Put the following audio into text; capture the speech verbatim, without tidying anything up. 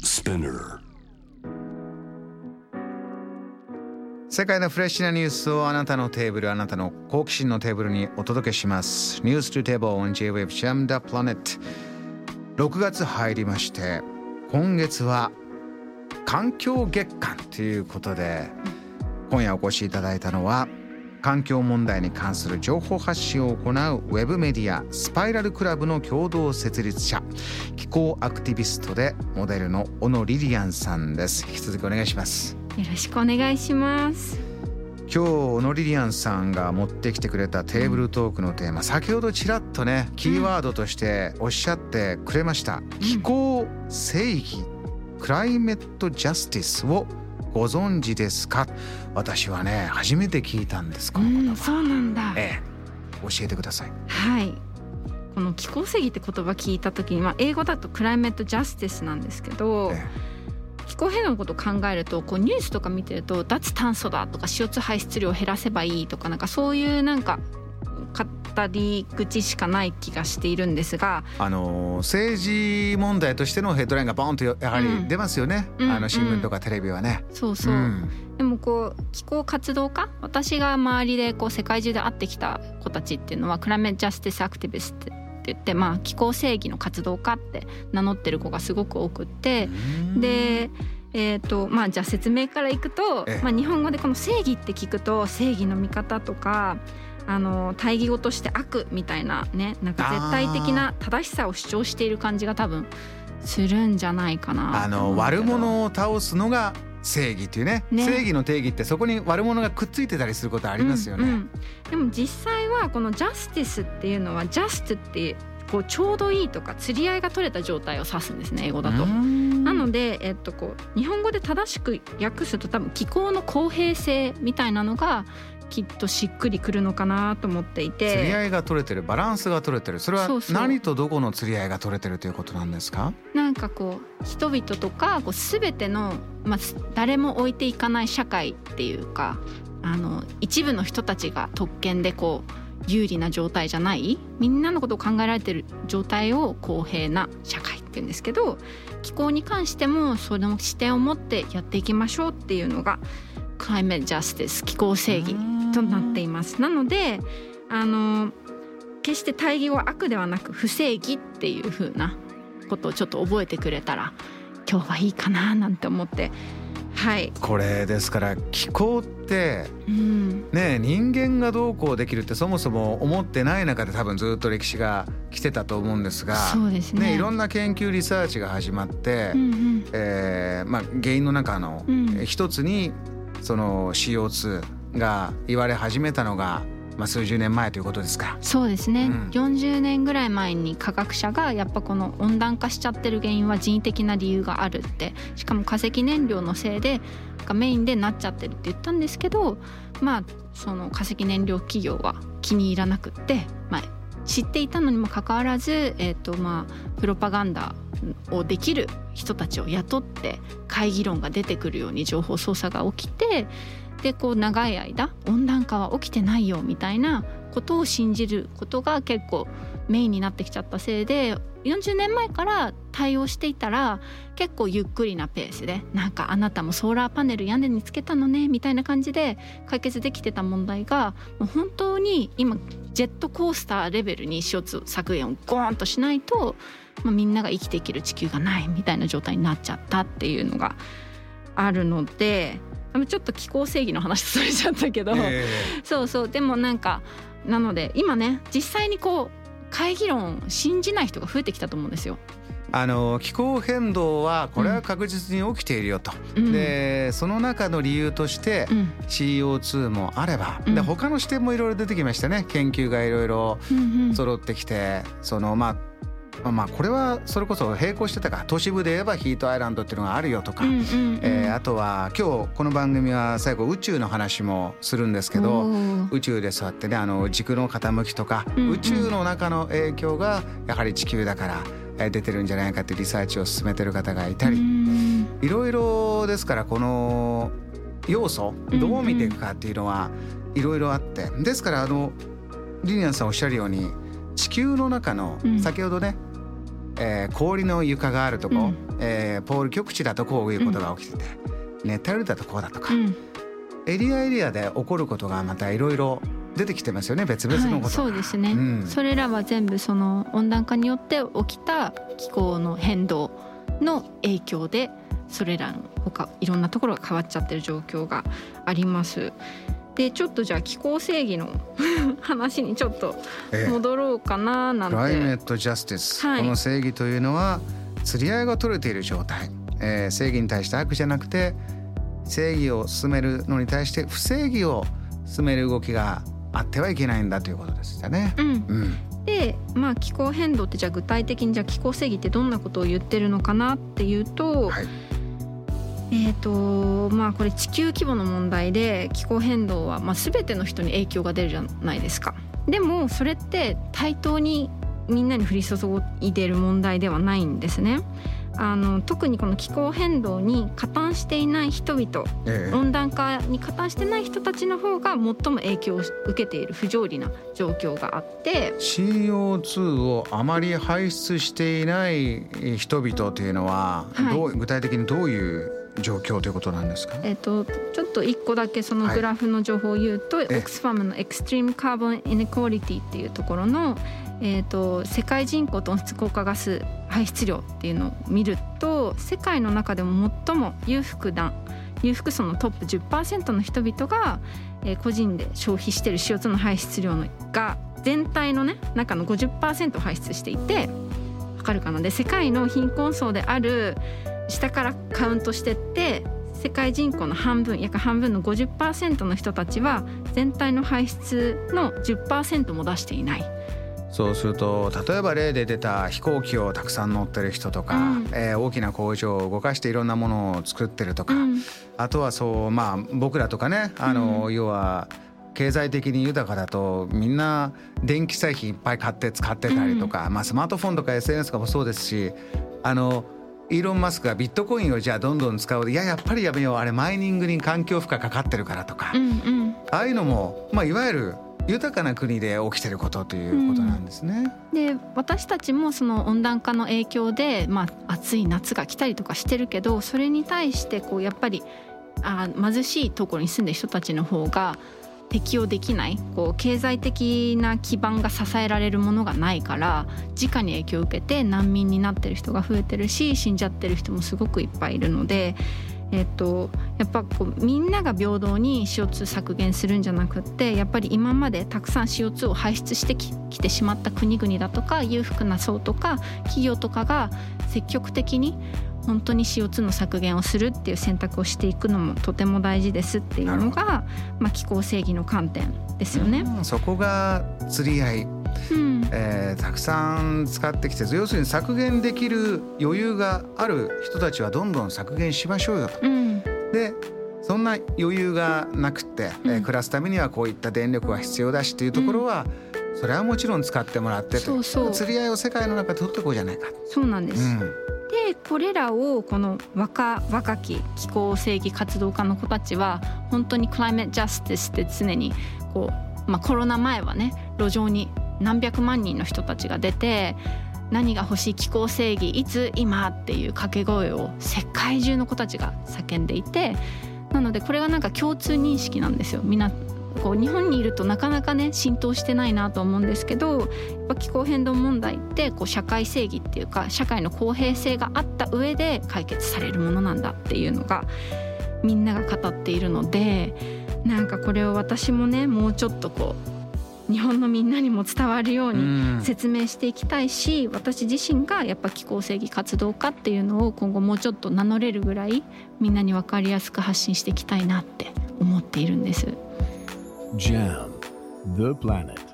Spinner。 世界のフレッシュなニュースをあなたのテーブル、あなたの好奇心のテーブルにお届けします。 News to Table on J-Wave Jam the Planet。 ろくがつ入りまして、今月は環境月間ということで、今夜お越しいただいたのは環境問題に関する情報発信を行うウェブメディアスパイラルクラブの共同設立者、気候アクティビストでモデルの小野リリアンさんです。引き続きお願いします。 よろしくお願いします。 今日小野リリアンさんが持ってきてくれたテーブルトークのテーマ、先ほどちらっとねキーワードとしておっしゃってくれました、うん、気候正義、クライメットジャスティスをご存知ですか。私はね初めて聞いたんです。この言葉、うん、 そうなんだ、 ええ、教えてください。 はい、この気候正義って言葉聞いた時に、まあ、英語だとクライメットジャスティスなんですけど、ええ、気候変動のことを考えると、こうニュースとか見てると脱炭素だとか シーオーツー 排出量を減らせばいいとか、なんかそういうなんか語り口しかない気がしているんですが、 あの政治問題としてのヘッドラインがボーンとやはり出ますよね、うん、あの新聞とかテレビはね、 うん、そうそう、うん、でもこう気候活動家、私が周りでこう世界中で会ってきた子たちっていうのはクライメットジャスティスアクティビストって言って、まあ、気候正義の活動家って名乗ってる子がすごく多くって、でえーとまあ、じゃあ説明からいくと、まあ、日本語でこの正義って聞くと正義の味方とか、あの対義語として悪みたいなね、なんか絶対的な正しさを主張している感じが多分するんじゃないかな。 あの悪者を倒すのが正義っていう ね, ね正義の定義ってそこに悪者がくっついてたりすることありますよね、うんうん、 でも実際はこのジャスティスっていうのはジャストってこうちょうどいいとか釣り合いが取れた状態を指すんですね、英語だと。なので、えっと、こう日本語で正しく訳すと多分気候の公平性みたいなのがきっとしっくりくるのかなと思っていて、 釣り合いが取れてる、バランスが取れてる、それは何とどこの釣り合いが取れてるということなんですか。 なんかこう人々とかこう全ての、まあ、誰も置いていかない社会っていうか、あの一部の人たちが特権でこう有利な状態じゃない、みんなのことを考えられてる状態を公平な社会って言うんですけど、気候に関してもその視点を持ってやっていきましょうっていうのがクライメットジャスティス、気候正義となっています。なのであの決して対義語は悪ではなく不正義っていう風なことをちょっと覚えてくれたら今日はいいかななんて思って、はい、 これですから気候って、うんね、人間がどうこうできるってそもそも思ってない中で多分ずっと歴史が来てたと思うんですが、 そうですね、 ね、いろんな研究リサーチが始まって、うんうんえーまあ、原因の中の一つにその シーオーツー が言われ始めたのが、まあ、数十年前ということですか。 そうですね、うん、よんじゅうねんぐらい前に科学者がやっぱこの温暖化しちゃってる原因は人為的な理由があるって、しかも化石燃料のせいでがメインでなっちゃってるって言ったんですけど、まあその化石燃料企業は気に入らなくって、まあ、知っていたのにもかかわらず、えーとまあ、プロパガンダをできる人たちを雇って会議論が出てくるように情報操作が起きて、でこう長い間温暖化は起きてないよみたいなことを信じることが結構メインになってきちゃったせいで、よんじゅうねんまえから対応していたら結構ゆっくりなペースで、なんかあなたもソーラーパネル屋根につけたのねみたいな感じで解決できてた問題が、もう本当に今ジェットコースターレベルに シーオーツー 削減をゴーンとしないと、まあ、みんなが生きていける地球がないみたいな状態になっちゃったっていうのがあるので、ちょっと気候正義の話とそれちゃったけど、えー、そうそう、でもなんかなので今ね実際にこう会議論を信じない人が増えてきたと思うんですよ。 あの気候変動はこれは確実に起きているよと、うん、でその中の理由として シーオーツー もあれば、うん、で他の視点もいろいろ出てきましたね。研究がいろいろ揃ってきて、うんうん、そのまあまあこれはそれこそ並行してたか、都市部で言えばヒートアイランドっていうのがあるよとか、うんうんうんえー、あとは今日この番組は最後宇宙の話もするんですけど、宇宙でそうやってね、あの軸の傾きとか、うんうん、宇宙の中の影響がやはり地球だから出てるんじゃないかってリサーチを進めてる方がいたり、いろいろですから、この要素どう見ていくかっていうのはいろいろあって、ですからあのリニアンさんおっしゃるように地球の中の先ほどね、 えー、氷の床があるとこ、うん、えー、ポール極地だとこういうことが起きてて、うん、熱帯雨林だとこうだとか、うん、エリアエリアで起こることがまたいろいろ出てきてますよね、別々のことが、はい、 そうですね、うん、それらは全部その温暖化によって起きた気候の変動の影響でそれらの他いろんなところが変わっちゃってる状況があります。でちょっとじゃあ気候正義の話にちょっと戻ろうかななんて、 クライメットジャスティス、はい、この正義というのは釣り合いが取れている状態、えー、正義に対して悪じゃなくて正義を進めるのに対して不正義を進める動きがあってはいけないんだということですよね、 うんうん、で、まあ、気候変動ってじゃあ具体的にじゃあ気候正義ってどんなことを言ってるのかなっていうと、はい、えーとまあ、これ地球規模の問題で気候変動はまあ全ての人に影響が出るじゃないですか。でもそれって対等にみんなに降り注いでいる問題ではないんですね。あの特にこの気候変動に加担していない人々、ええ、温暖化に加担してない人たちの方が最も影響を受けている不条理な状況があって、 シーオーツー をあまり排出していない人々というのは、はい、どう具体的にどういう状況ということなんですか？ えー、とちょっと一個だけそのグラフの情報を言うと、はい、オックスファムのエクストリームカーボンイネクオリティっていうところの、えー、と世界人口と温室効果ガス排出量っていうのを見ると、世界の中でも最も裕福な裕福層のトップ じゅっパーセント の人々が、えー、個人で消費している シーオーツー の排出量が全体の、ね、中の ごじゅっパーセント を排出していて、わかるかな。で世界の貧困層である下からカウントしてって世界人口の半分約半分の ごじゅっパーセント の人たちは全体の排出の じゅっパーセント も出していない。 そうすると例えば例で出た飛行機をたくさん乗ってる人とか、うん、えー、大きな工場を動かしていろんなものを作ってるとか、うん、あとはそう、まあ、僕らとかね、あの、うん、要は経済的に豊かだとみんな電気製品いっぱい買って使ってたりとか、うん、まあ、スマートフォンとか エスエヌエス とかもそうですし、あのイーロン・マスクがビットコインをじゃあどんどん使う、いややっぱりやめよう、あれマイニングに環境負荷かかってるからとか、うんうん、ああいうのも、まあ、いわゆる豊かな国で起きてることということなんですね、 うん、で私たちもその温暖化の影響で、まあ、暑い夏が来たりとかしてるけど、それに対してこうやっぱりあ貧しいところに住んでる人たちの方が適応できない、こう経済的な基盤が支えられるものがないから直に影響を受けて難民になってる人が増えてるし、死んじゃってる人もすごくいっぱいいるので、えっと、やっぱこうみんなが平等に シーオーツー 削減するんじゃなくって、やっぱり今までたくさん シーオーツー を排出してき、きてしまった国々だとか裕福な層とか企業とかが積極的に本当に シーオーツー の削減をするっていう選択をしていくのもとても大事ですっていうのが、まあ、気候正義の観点ですよね、 うん、そこが釣り合い、うん、えー、たくさん使ってきて、要するに削減できる余裕がある人たちはどんどん削減しましょうよと、うん、でそんな余裕がなくって、うん、えー、暮らすためにはこういった電力が必要だしっていうところは、うん、それはもちろん使ってもらってと、そうそう、釣り合いを世界の中で取っていこうじゃないか。 そうなんです、うん、でこれらをこの 若, 若き気候正義活動家の子たちは本当にクライメットジャスティスって常にこう、まあ、コロナ前はね路上に何百万人の人たちが出て、何が欲しい気候正義いつ今っていう掛け声を世界中の子たちが叫んでいて、なのでこれがなんか共通認識なんですよ。みんなこう日本にいるとなかなかね浸透してないなと思うんですけど、やっぱ気候変動問題ってこう社会正義っていうか社会の公平性があった上で解決されるものなんだっていうのがみんなが語っているので、なんかこれを私もねもうちょっとこう日本のみんなにも伝わるように説明していきたいし、私自身がやっぱ気候正義活動家っていうのを今後もうちょっと名乗れるぐらいみんなに分かりやすく発信していきたいなって思っているんです。ジャム The Planet